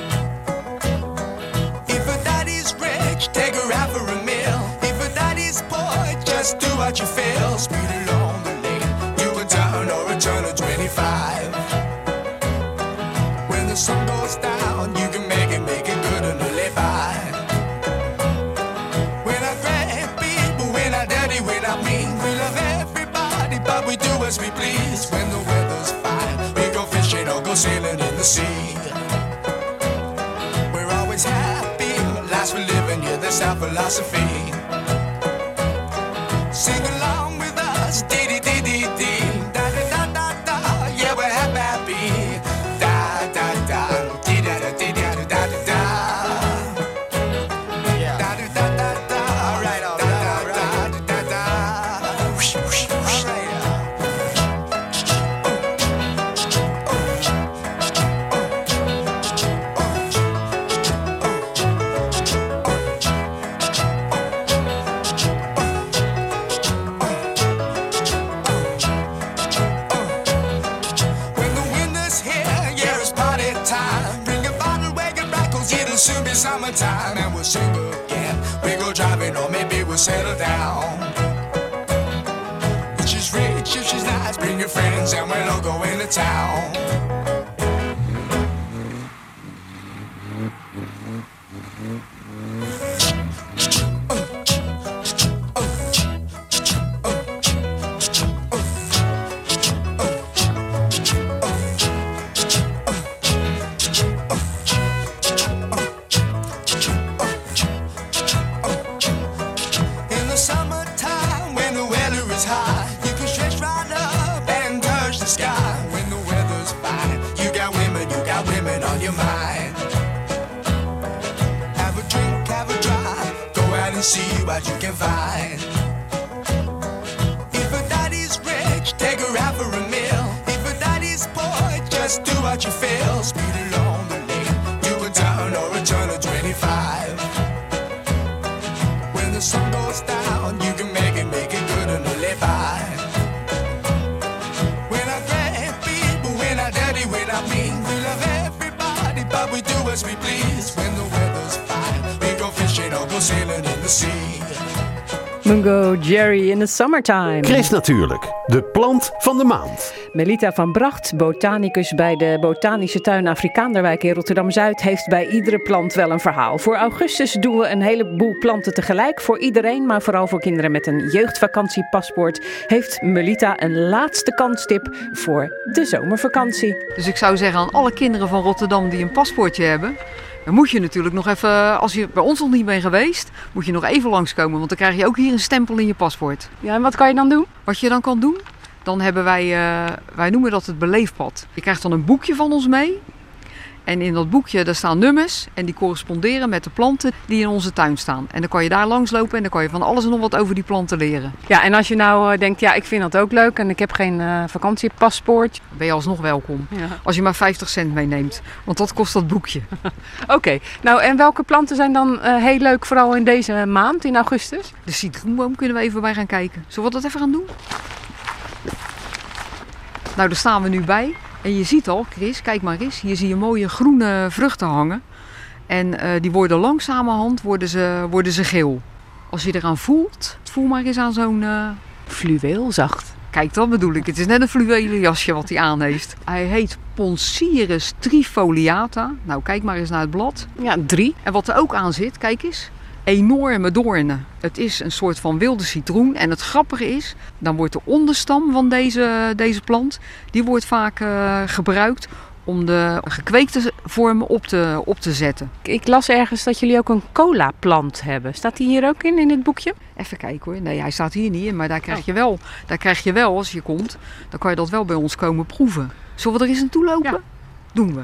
If a daddy's rich, take her out for a meal. If a daddy's poor, just do what you feel. Speed along the lane, you a turn or a turn of 25. When the sun goes down, you can make it good and live by. We're not great people, we're not dirty, we're not mean. We love everybody, but we do as we please. When the weather's fine, we go fishing or go sailing in the sea. We're always happy, lives we're living, yeah, that's our philosophy. Sing along with us, dee-dee-dee-dee-dee. Da-da-da-da-da, yeah, we're happy. Soon be summertime and we'll sing again. We go driving or maybe we'll settle down. If she's rich, if she's nice, bring your friends and we'll all go into town. See what you can find. If a daddy's rich, just do what you feel. Speed along the lane, do a turn or a turn of 25. When the sun goes down, you can make it good and live by. We're not great people, we're not dirty, we're not mean. We love everybody, but we do as we please. When the weather's fine, we go fishing or go sailing in the sea. Mungo Jerry in the summertime. Chris Natuurlijk, de plant van de maand. Melita van Bracht, botanicus bij de Botanische Tuin Afrikaanderwijk in Rotterdam-Zuid, heeft bij iedere plant wel een verhaal. Voor augustus doen we een heleboel planten tegelijk. Voor iedereen, maar vooral voor kinderen met een jeugdvakantiepaspoort, heeft Melita een laatste kanstip voor de zomervakantie. Dus ik zou zeggen aan alle kinderen van Rotterdam die een paspoortje hebben, dan moet je natuurlijk nog even, als je bij ons nog niet bent geweest, moet je nog even langskomen. Want dan krijg je ook hier een stempel in je paspoort. Ja, en wat kan je dan doen? Wat je dan kan doen, dan hebben wij noemen dat het beleefpad. Je krijgt dan een boekje van ons mee. En in dat boekje daar staan nummers en die corresponderen met de planten die in onze tuin staan. En dan kan je daar langslopen en dan kan je van alles en nog wat over die planten leren. Ja, en als je nou denkt, ja, ik vind dat ook leuk en ik heb geen vakantiepaspoort. Ben je alsnog welkom. Ja. Als je maar 50 cent meeneemt, want dat kost dat boekje. Oké, nou en welke planten zijn dan heel leuk, vooral in deze maand, in augustus? De citroenboom kunnen we even bij gaan kijken. Zullen we dat even gaan doen? Nou, daar staan we nu bij. En je ziet al, Chris, kijk maar eens. Hier zie je mooie groene vruchten hangen. En die worden langzamerhand worden ze geel. Als je eraan voelt, voel maar eens aan zo'n fluweelzacht. Kijk, dat bedoel ik. Het is net een fluwelen jasje wat hij aan heeft. Hij heet Poncirus trifoliata. Nou, kijk maar eens naar het blad. Ja, 3. En wat er ook aan zit, kijk eens. Enorme doornen. Het is een soort van wilde citroen. En het grappige is, dan wordt de onderstam van deze plant, die wordt vaak gebruikt om de gekweekte vormen op te zetten. Ik las ergens dat jullie ook een cola-plant hebben. Staat die hier ook in het boekje? Even kijken hoor. Nee, hij staat hier niet in, maar daar krijg je wel, als je komt, dan kan je dat wel bij ons komen proeven. Zullen we er eens naartoe lopen? Ja. Doen we.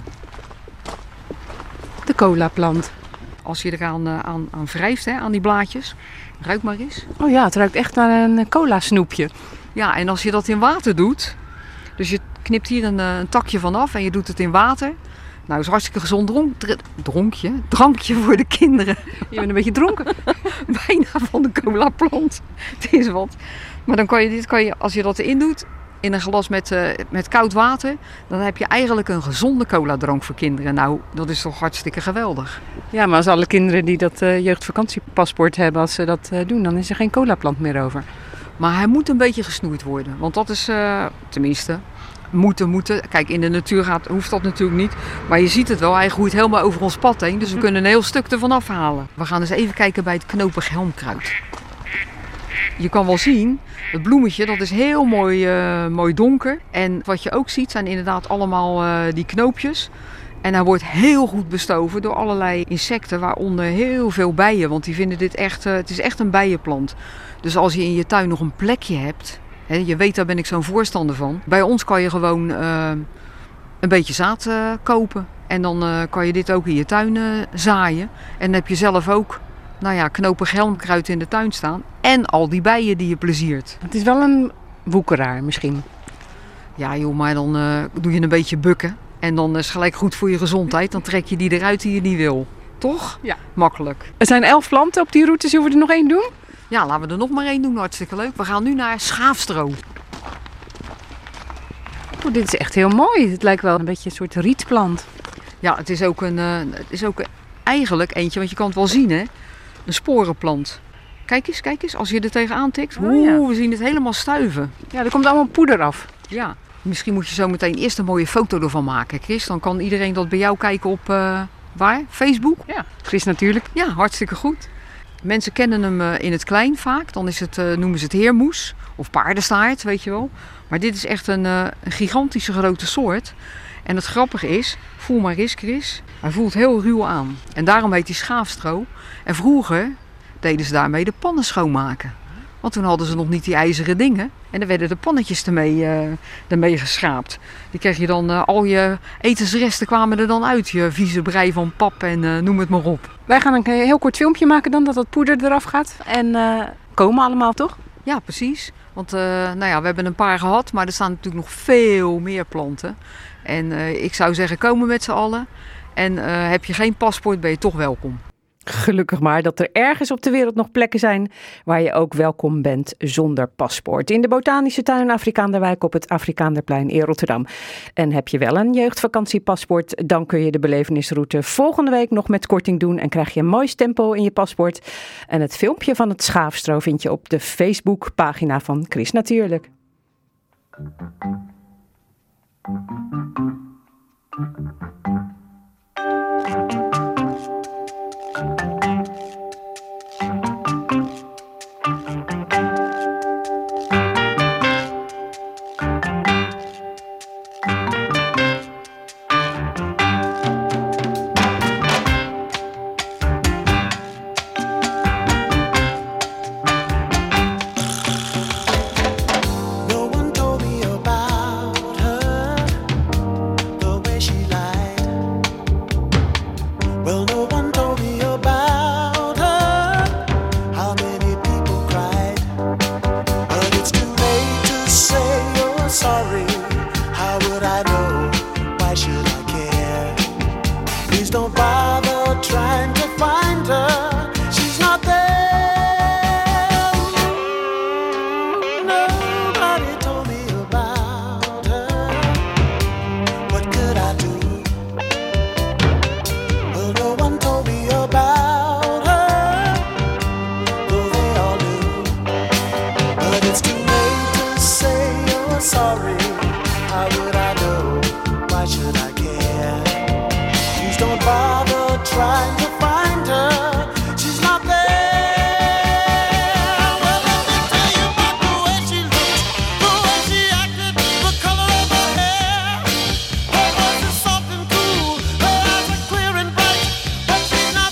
De cola-plant. Als je eraan aan wrijft, hè, aan die blaadjes, ruik maar eens. Oh ja, het ruikt echt naar een cola-snoepje. Ja, en als je dat in water doet, dus je knipt hier een takje van af en je doet het in water. Nou, is hartstikke gezond drankje voor de kinderen. Je bent een beetje dronken. Bijna van de cola-plant. Het is wat. Maar dan kan je, als je dat erin doet, in een glas met koud water, dan heb je eigenlijk een gezonde cola-drank voor kinderen. Nou, dat is toch hartstikke geweldig. Ja, maar als alle kinderen die dat jeugdvakantiepaspoort hebben, als ze dat doen, dan is er geen cola-plant meer over. Maar hij moet een beetje gesnoeid worden. Want dat is, tenminste, moeten. Kijk, in de natuur hoeft dat natuurlijk niet. Maar je ziet het wel, hij groeit helemaal over ons pad heen. Dus we kunnen een heel stuk ervan afhalen. We gaan eens even kijken bij het knopig helmkruid. Je kan wel zien, het bloemetje dat is heel mooi donker. En wat je ook ziet zijn inderdaad allemaal die knoopjes. En hij wordt heel goed bestoven door allerlei insecten, waaronder heel veel bijen. Want die vinden dit echt, het is echt een bijenplant. Dus als je in je tuin nog een plekje hebt, hè, je weet daar ben ik zo'n voorstander van. Bij ons kan je gewoon een beetje zaad kopen. En dan kan je dit ook in je tuin zaaien. En dan heb je zelf ook knopig helmkruid in de tuin staan. En al die bijen die je pleziert. Het is wel een woekeraar misschien. Ja joh, maar dan doe je een beetje bukken. En dan is het gelijk goed voor je gezondheid. Dan trek je die eruit die je niet wil. Toch? Ja. Makkelijk. Er zijn 11 planten op die route. Zullen we er nog 1 doen? Ja, laten we er nog maar 1 doen. Hartstikke leuk. We gaan nu naar schaafstro. Oh, dit is echt heel mooi. Het lijkt wel een beetje een soort rietplant. Ja, het is ook eigenlijk eentje, want je kan het wel zien, hè? Een sporenplant. Kijk eens. Als je er tegenaan tikt. We zien het helemaal stuiven. Ja, er komt allemaal poeder af. Ja. Misschien moet je zo meteen eerst een mooie foto ervan maken, Chris. Dan kan iedereen dat bij jou kijken op, waar? Facebook? Ja, Chris Natuurlijk. Ja, hartstikke goed. Mensen kennen hem in het klein vaak. Dan is het, noemen ze het heermoes of paardenstaart, weet je wel. Maar dit is echt een gigantische grote soort. En het grappige is, voel maar eens Chris, hij voelt heel ruw aan. En daarom heet hij schaafstro. En vroeger deden ze daarmee de pannen schoonmaken. Want toen hadden ze nog niet die ijzeren dingen. En dan werden de pannetjes ermee geschraapt. Die kreeg je dan, al je etensresten kwamen er dan uit. Je vieze brei van pap en noem het maar op. Wij gaan een heel kort filmpje maken dan, dat dat poeder eraf gaat. En komen allemaal, toch? Ja, precies. Want we hebben een paar gehad, maar er staan natuurlijk nog veel meer planten. En ik zou zeggen, komen met z'n allen. En heb je geen paspoort, ben je toch welkom. Gelukkig maar dat er ergens op de wereld nog plekken zijn waar je ook welkom bent zonder paspoort. In de Botanische Tuin Afrikaanderwijk op het Afrikaanderplein in Rotterdam. En heb je wel een jeugdvakantiepaspoort, dan kun je de belevenisroute volgende week nog met korting doen en krijg je een mooi stempel in je paspoort. En het filmpje van het Schaafstro vind je op de Facebookpagina van Chris Natuurlijk. No one told me about her, the way she lied. Well, no one told me about her, how many people cried. But it's too late to say you're sorry. How would I know? Why should I care? Please don't bother trying to find her. She's not there. Nobody told me about her. What could I do? Well, no one told me about her, though they all knew. But it's too late to say you're sorry. How would I know? Why should I care? Please don't bother trying to find her. She's not there. Well, let me tell you about the way she looked, the way she acted, the color of her hair. Her voice is soft and cool, her eyes are clear and bright, but she's not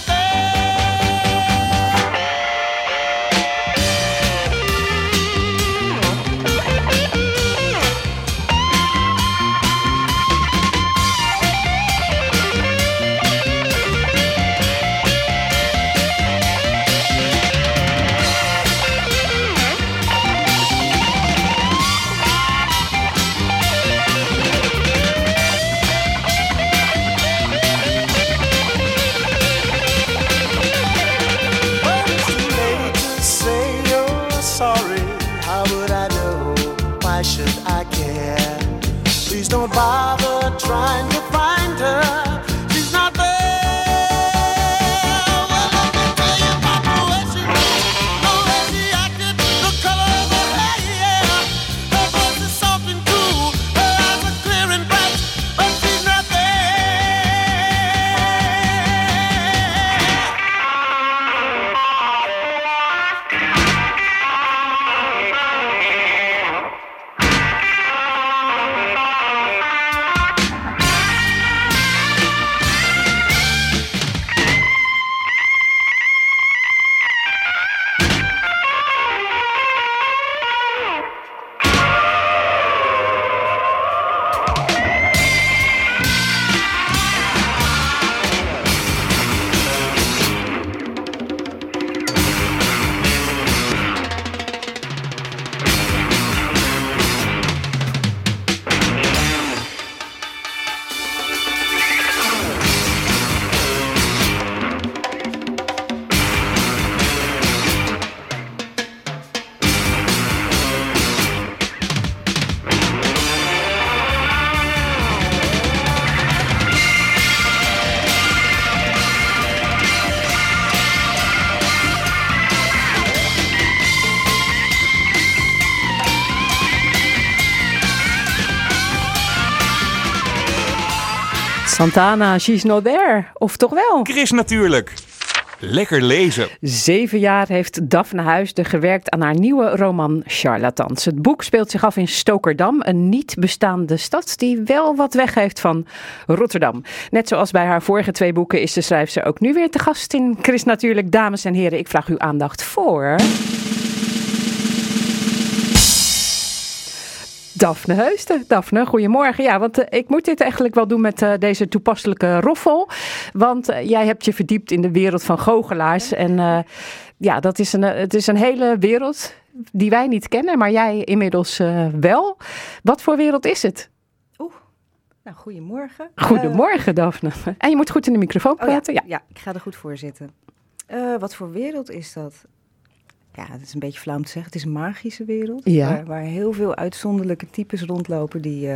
Well, it's too late to say you're sorry. How would I know? Why should I care? Please don't bother trying to find her. She's not there. Well, let me tell you about the way she looked, the way she acted, the color of her hair. Her voice is soft and cool, her eyes are clear and bright, but she's not there. Santana, she's not there. Of toch wel? Chris Natuurlijk. Lekker lezen. 7 jaar heeft Daphne Huisden gewerkt aan haar nieuwe roman Charlatans. Het boek speelt zich af in Stokerdam, een niet bestaande stad die wel wat weggeeft van Rotterdam. Net zoals bij haar vorige 2 boeken is de schrijfster ook nu weer te gast in Chris Natuurlijk. Dames en heren, ik vraag uw aandacht voor Daphne Huisden. Daphne, goedemorgen. Ja, want ik moet dit eigenlijk wel doen met deze toepasselijke roffel. Want jij hebt je verdiept in de wereld van goochelaars. En ja, het is een hele wereld die wij niet kennen, maar jij inmiddels wel. Wat voor wereld is het? Nou, goedemorgen. Goedemorgen, Daphne. En je moet goed in de microfoon praten. Ja, ik ga er goed voor zitten. Wat voor wereld is dat? Ja, het is een beetje flauw om te zeggen. Het is een magische wereld. Ja. Waar heel veel uitzonderlijke types rondlopen die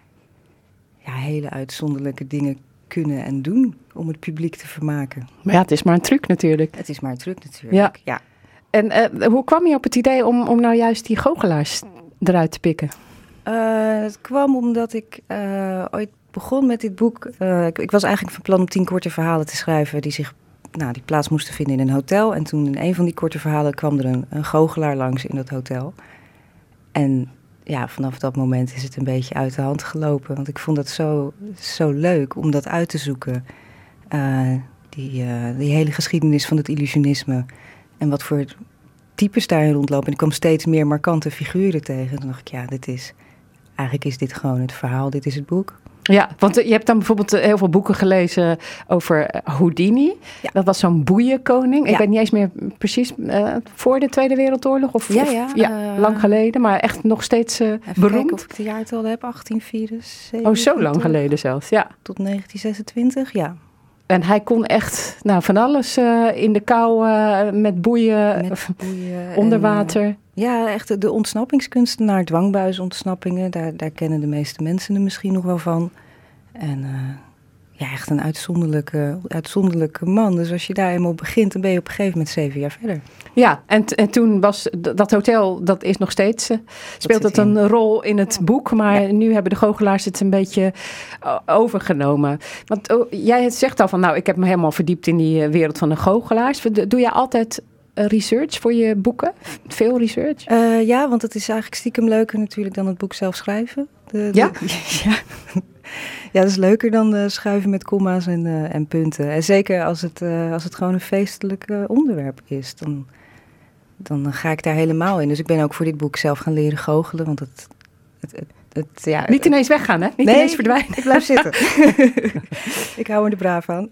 hele uitzonderlijke dingen kunnen en doen om het publiek te vermaken. Maar ja, het is maar een truc natuurlijk. Het is maar een truc natuurlijk, ja. En hoe kwam je op het idee om nou juist die goochelaars eruit te pikken? Het kwam omdat ik ooit begon met dit boek. Ik was eigenlijk van plan om 10 korte verhalen te schrijven die die plaats moesten vinden in een hotel. En toen in een van die korte verhalen kwam er een goochelaar langs in dat hotel. En ja, vanaf dat moment is het een beetje uit de hand gelopen. Want ik vond het zo leuk om dat uit te zoeken. Die hele geschiedenis van het illusionisme. En wat voor types daarin rondlopen. En ik kwam steeds meer markante figuren tegen. En toen dacht ik, eigenlijk is dit gewoon het verhaal. Dit is het boek. Ja, want je hebt dan bijvoorbeeld heel veel boeken gelezen over Houdini. Ja. Dat was zo'n boeienkoning. Ja. Ik weet niet eens meer precies voor de Tweede Wereldoorlog. Of lang geleden, maar echt nog steeds beroemd. Kijken of ik de jaartallen heb, 1874. Oh, zo lang geleden zelfs, ja. Tot 1926, ja. En hij kon echt van alles in de kou met boeien onder water. Ja, echt de ontsnappingskunstenaar, dwangbuisontsnappingen. Daar kennen de meeste mensen er misschien nog wel van. En echt een uitzonderlijke man. Dus als je daar eenmaal begint, dan ben je op een gegeven moment 7 jaar verder. Ja, en toen was dat hotel, dat is nog steeds, speelt dat een rol in het boek. Maar nu hebben de goochelaars het een beetje overgenomen. Want jij zegt al van, ik heb me helemaal verdiept in die wereld van de goochelaars. Doe jij altijd research voor je boeken? Veel research? Ja, want het is eigenlijk stiekem leuker natuurlijk dan het boek zelf schrijven. Ja, dat is leuker dan schuiven met komma's en punten. En zeker als het gewoon een feestelijk onderwerp is, dan ga ik daar helemaal in. Dus ik ben ook voor dit boek zelf gaan leren goochelen, want niet ineens weggaan, hè? Niet ineens verdwijnen. Ik blijf zitten. Ik hou er braaf aan.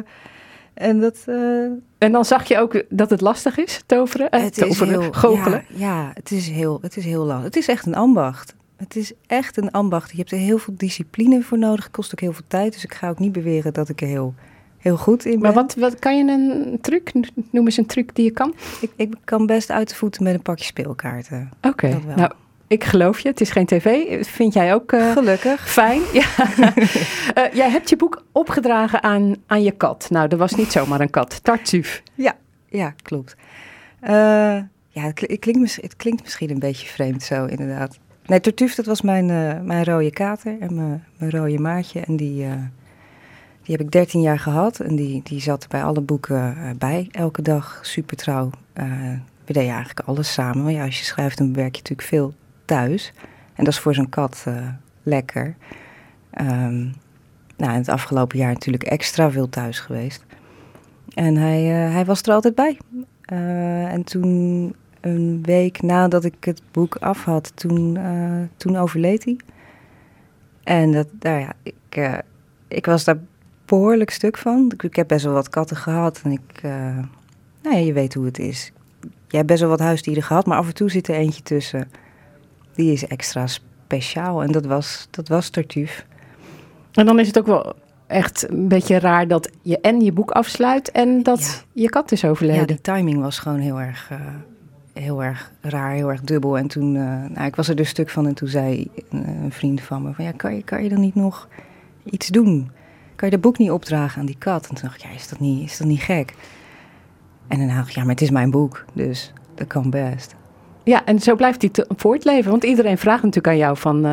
En dan zag je ook dat het lastig is, toveren? Goochelen? Ja, het is heel lastig. Het is echt een ambacht. Het is echt een ambacht. Je hebt er heel veel discipline voor nodig. Het kost ook heel veel tijd. Dus ik ga ook niet beweren dat ik er heel goed in ben. Maar wat kan je een truc? Noem eens een truc die je kan. Ik kan best uit de voeten met een pakje speelkaarten. Oké, nou, ik geloof je. Het is geen tv. Vind jij ook gelukkig fijn? Ja. Jij hebt je boek opgedragen aan je kat. Nou, dat was niet zomaar een kat. Tartuffe. Ja, klopt. Het klinkt misschien een beetje vreemd zo, inderdaad. Nee, Tartuffe, dat was mijn rode kater en mijn rode maatje. En die heb ik 13 jaar gehad. En die zat bij alle boeken bij, elke dag, super trouw. We deden eigenlijk alles samen. Maar ja, als je schrijft, dan werk je natuurlijk veel thuis. En dat is voor zo'n kat lekker. In het afgelopen jaar natuurlijk extra veel thuis geweest. En hij was er altijd bij. En toen, een week nadat ik het boek af had, toen overleed hij. En ik was daar behoorlijk stuk van. Ik heb best wel wat katten gehad. En je weet hoe het is. Jij hebt best wel wat huisdieren gehad, maar af en toe zit er eentje tussen. Die is extra speciaal. En dat was Tartuffe. En dan is het ook wel echt een beetje raar dat je boek afsluit en dat je kat is overleden. Ja, die timing was gewoon heel erg raar, heel erg dubbel. En toen, ik was er dus stuk van en toen zei een vriend van me van, kan je dan niet nog iets doen? Kan je dat boek niet opdragen aan die kat? En toen dacht ik, is dat niet gek? En dan dacht ik, maar het is mijn boek, dus dat kan best. Ja, en zo blijft hij voortleven. Want iedereen vraagt natuurlijk aan jou van...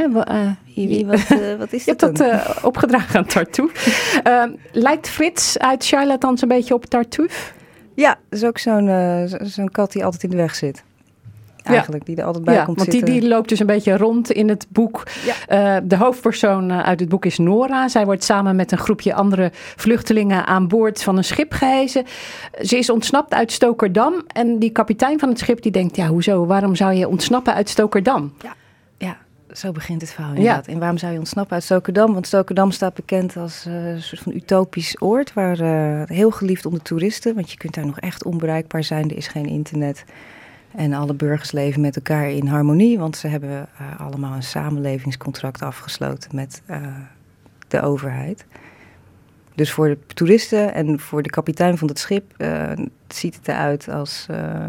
wat is je dat hebt dat opgedragen aan Tartuffe. Lijkt Frits uit Charlatans een beetje op Tartuffe? Ja, dat is ook zo'n kat die altijd in de weg zit. Eigenlijk, die er altijd bij komt zitten. Want die loopt dus een beetje rond in het boek. Ja. De hoofdpersoon uit het boek is Nora. Zij wordt samen met een groepje andere vluchtelingen aan boord van een schip gehezen. Ze is ontsnapt uit Stokerdam. En die kapitein van het schip die denkt, hoezo? Waarom zou je ontsnappen uit Stokerdam? Ja, zo begint het verhaal inderdaad. En waarom zou je ontsnappen uit Stokerdam? Want Stokerdam staat bekend als een soort van utopisch oord. Waar heel geliefd onder toeristen. Want je kunt daar nog echt onbereikbaar zijn. Er is geen internet. En alle burgers leven met elkaar in harmonie, want ze hebben allemaal een samenlevingscontract afgesloten met de overheid. Dus voor de toeristen en voor de kapitein van het schip ziet het eruit als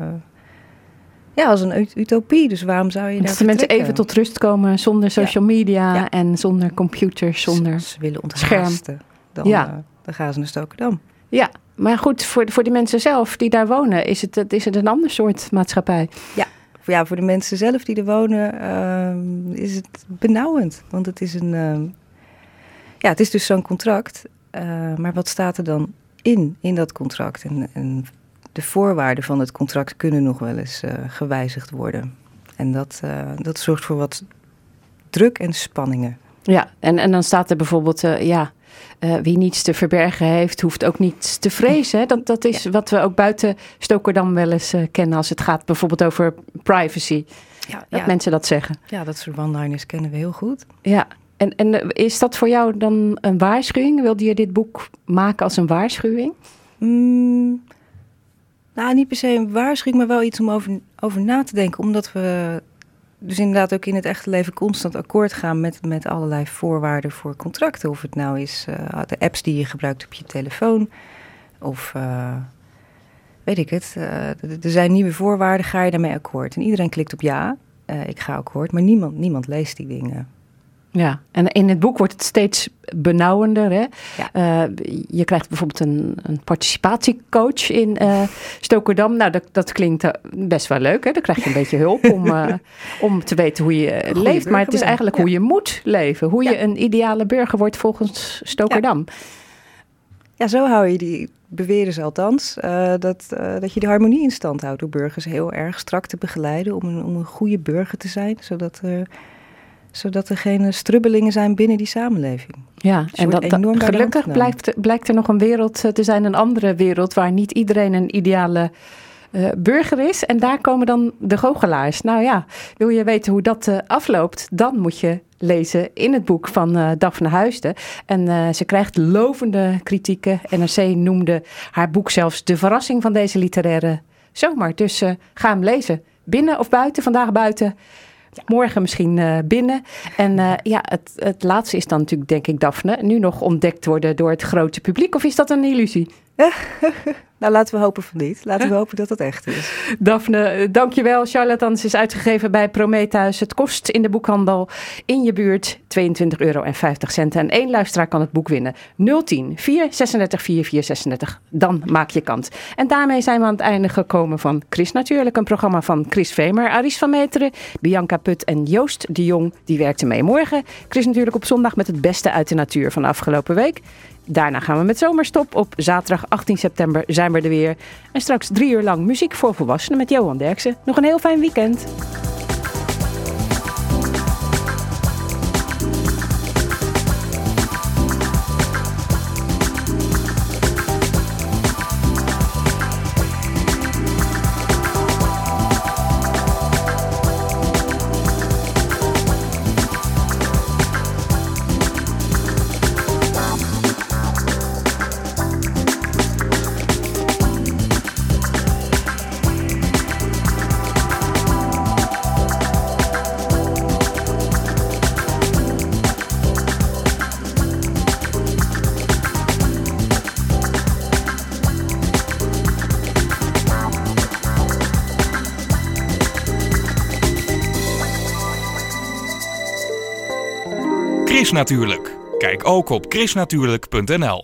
een utopie. Dus waarom zou je daar Dat de mensen vertrekken? even tot rust komen zonder social media en zonder computers, zonder Ze willen scherm. onthaasten. Dan gaan ze naar Stokerdam. Ja, maar goed, voor de mensen zelf die daar wonen, is het een ander soort maatschappij. Ja, voor de mensen zelf die er wonen is het benauwend. Want het is het is dus zo'n contract. Maar wat staat er dan in dat contract? En de voorwaarden van het contract kunnen nog wel eens gewijzigd worden. En dat zorgt voor wat druk en spanningen. Ja, en dan staat er bijvoorbeeld, wie niets te verbergen heeft, hoeft ook niets te vrezen. Hè? Dat is wat we ook buiten Stokerdam wel eens kennen als het gaat bijvoorbeeld over privacy. Dat mensen dat zeggen. Ja, dat soort one-liners kennen we heel goed. Ja, en is dat voor jou dan een waarschuwing? Wilde je dit boek maken als een waarschuwing? Nou, niet per se een waarschuwing, maar wel iets om over na te denken. Omdat we dus inderdaad ook in het echte leven constant akkoord gaan met allerlei voorwaarden voor contracten. Of het nou is de apps die je gebruikt op je telefoon. Of weet ik het. Er zijn nieuwe voorwaarden, ga je daarmee akkoord? En iedereen klikt op ja, ik ga akkoord. Maar niemand leest die dingen. Ja, en in het boek wordt het steeds benauwender. Hè? Ja. Je krijgt bijvoorbeeld een participatiecoach in Stokerdam. Nou, dat klinkt best wel leuk. Hè? Dan krijg je een beetje hulp om te weten hoe je leeft. Maar het is eigenlijk hoe je moet leven. Hoe je een ideale burger wordt volgens Stokerdam. Ja, zo hou je beweren ze althans, dat je de harmonie in stand houdt. Door burgers heel erg strak te begeleiden om een goede burger te zijn. Zodat er geen strubbelingen zijn binnen die samenleving. Ja, en gelukkig blijkt er nog een wereld te zijn, een andere wereld, waar niet iedereen een ideale burger is. En daar komen dan de goochelaars. Nou ja, wil je weten hoe dat afloopt, dan moet je lezen in het boek van Daphne Huisden. En ze krijgt lovende kritieken. NRC noemde haar boek zelfs de verrassing van deze literaire zomer. Dus ga hem lezen. Binnen of buiten, vandaag buiten. Morgen misschien binnen. En het laatste is dan natuurlijk, denk ik, Daphne, nu nog ontdekt worden door het grote publiek. Of is dat een illusie? Nou, laten we hopen van niet. Laten we hopen dat het echt is. Daphne, dankjewel. Charlatans is uitgegeven bij Prometheus. Het kost in de boekhandel in je buurt €22,50. En 1 luisteraar kan het boek winnen. 010 436 4436. Dan maak je kans. En daarmee zijn we aan het einde gekomen van Chris Natuurlijk. Een programma van Chris Vemer, Aris van Meteren, Bianca Put en Joost de Jong. Die werkten mee. Morgen Chris Natuurlijk op zondag met het beste uit de natuur van de afgelopen week. Daarna gaan we met zomerstop. Op zaterdag 18 september zijn we er weer. En straks 3 uur lang muziek voor volwassenen met Johan Derksen. Nog een heel fijn weekend. Chris Natuurlijk. Kijk ook op chrisnatuurlijk.nl.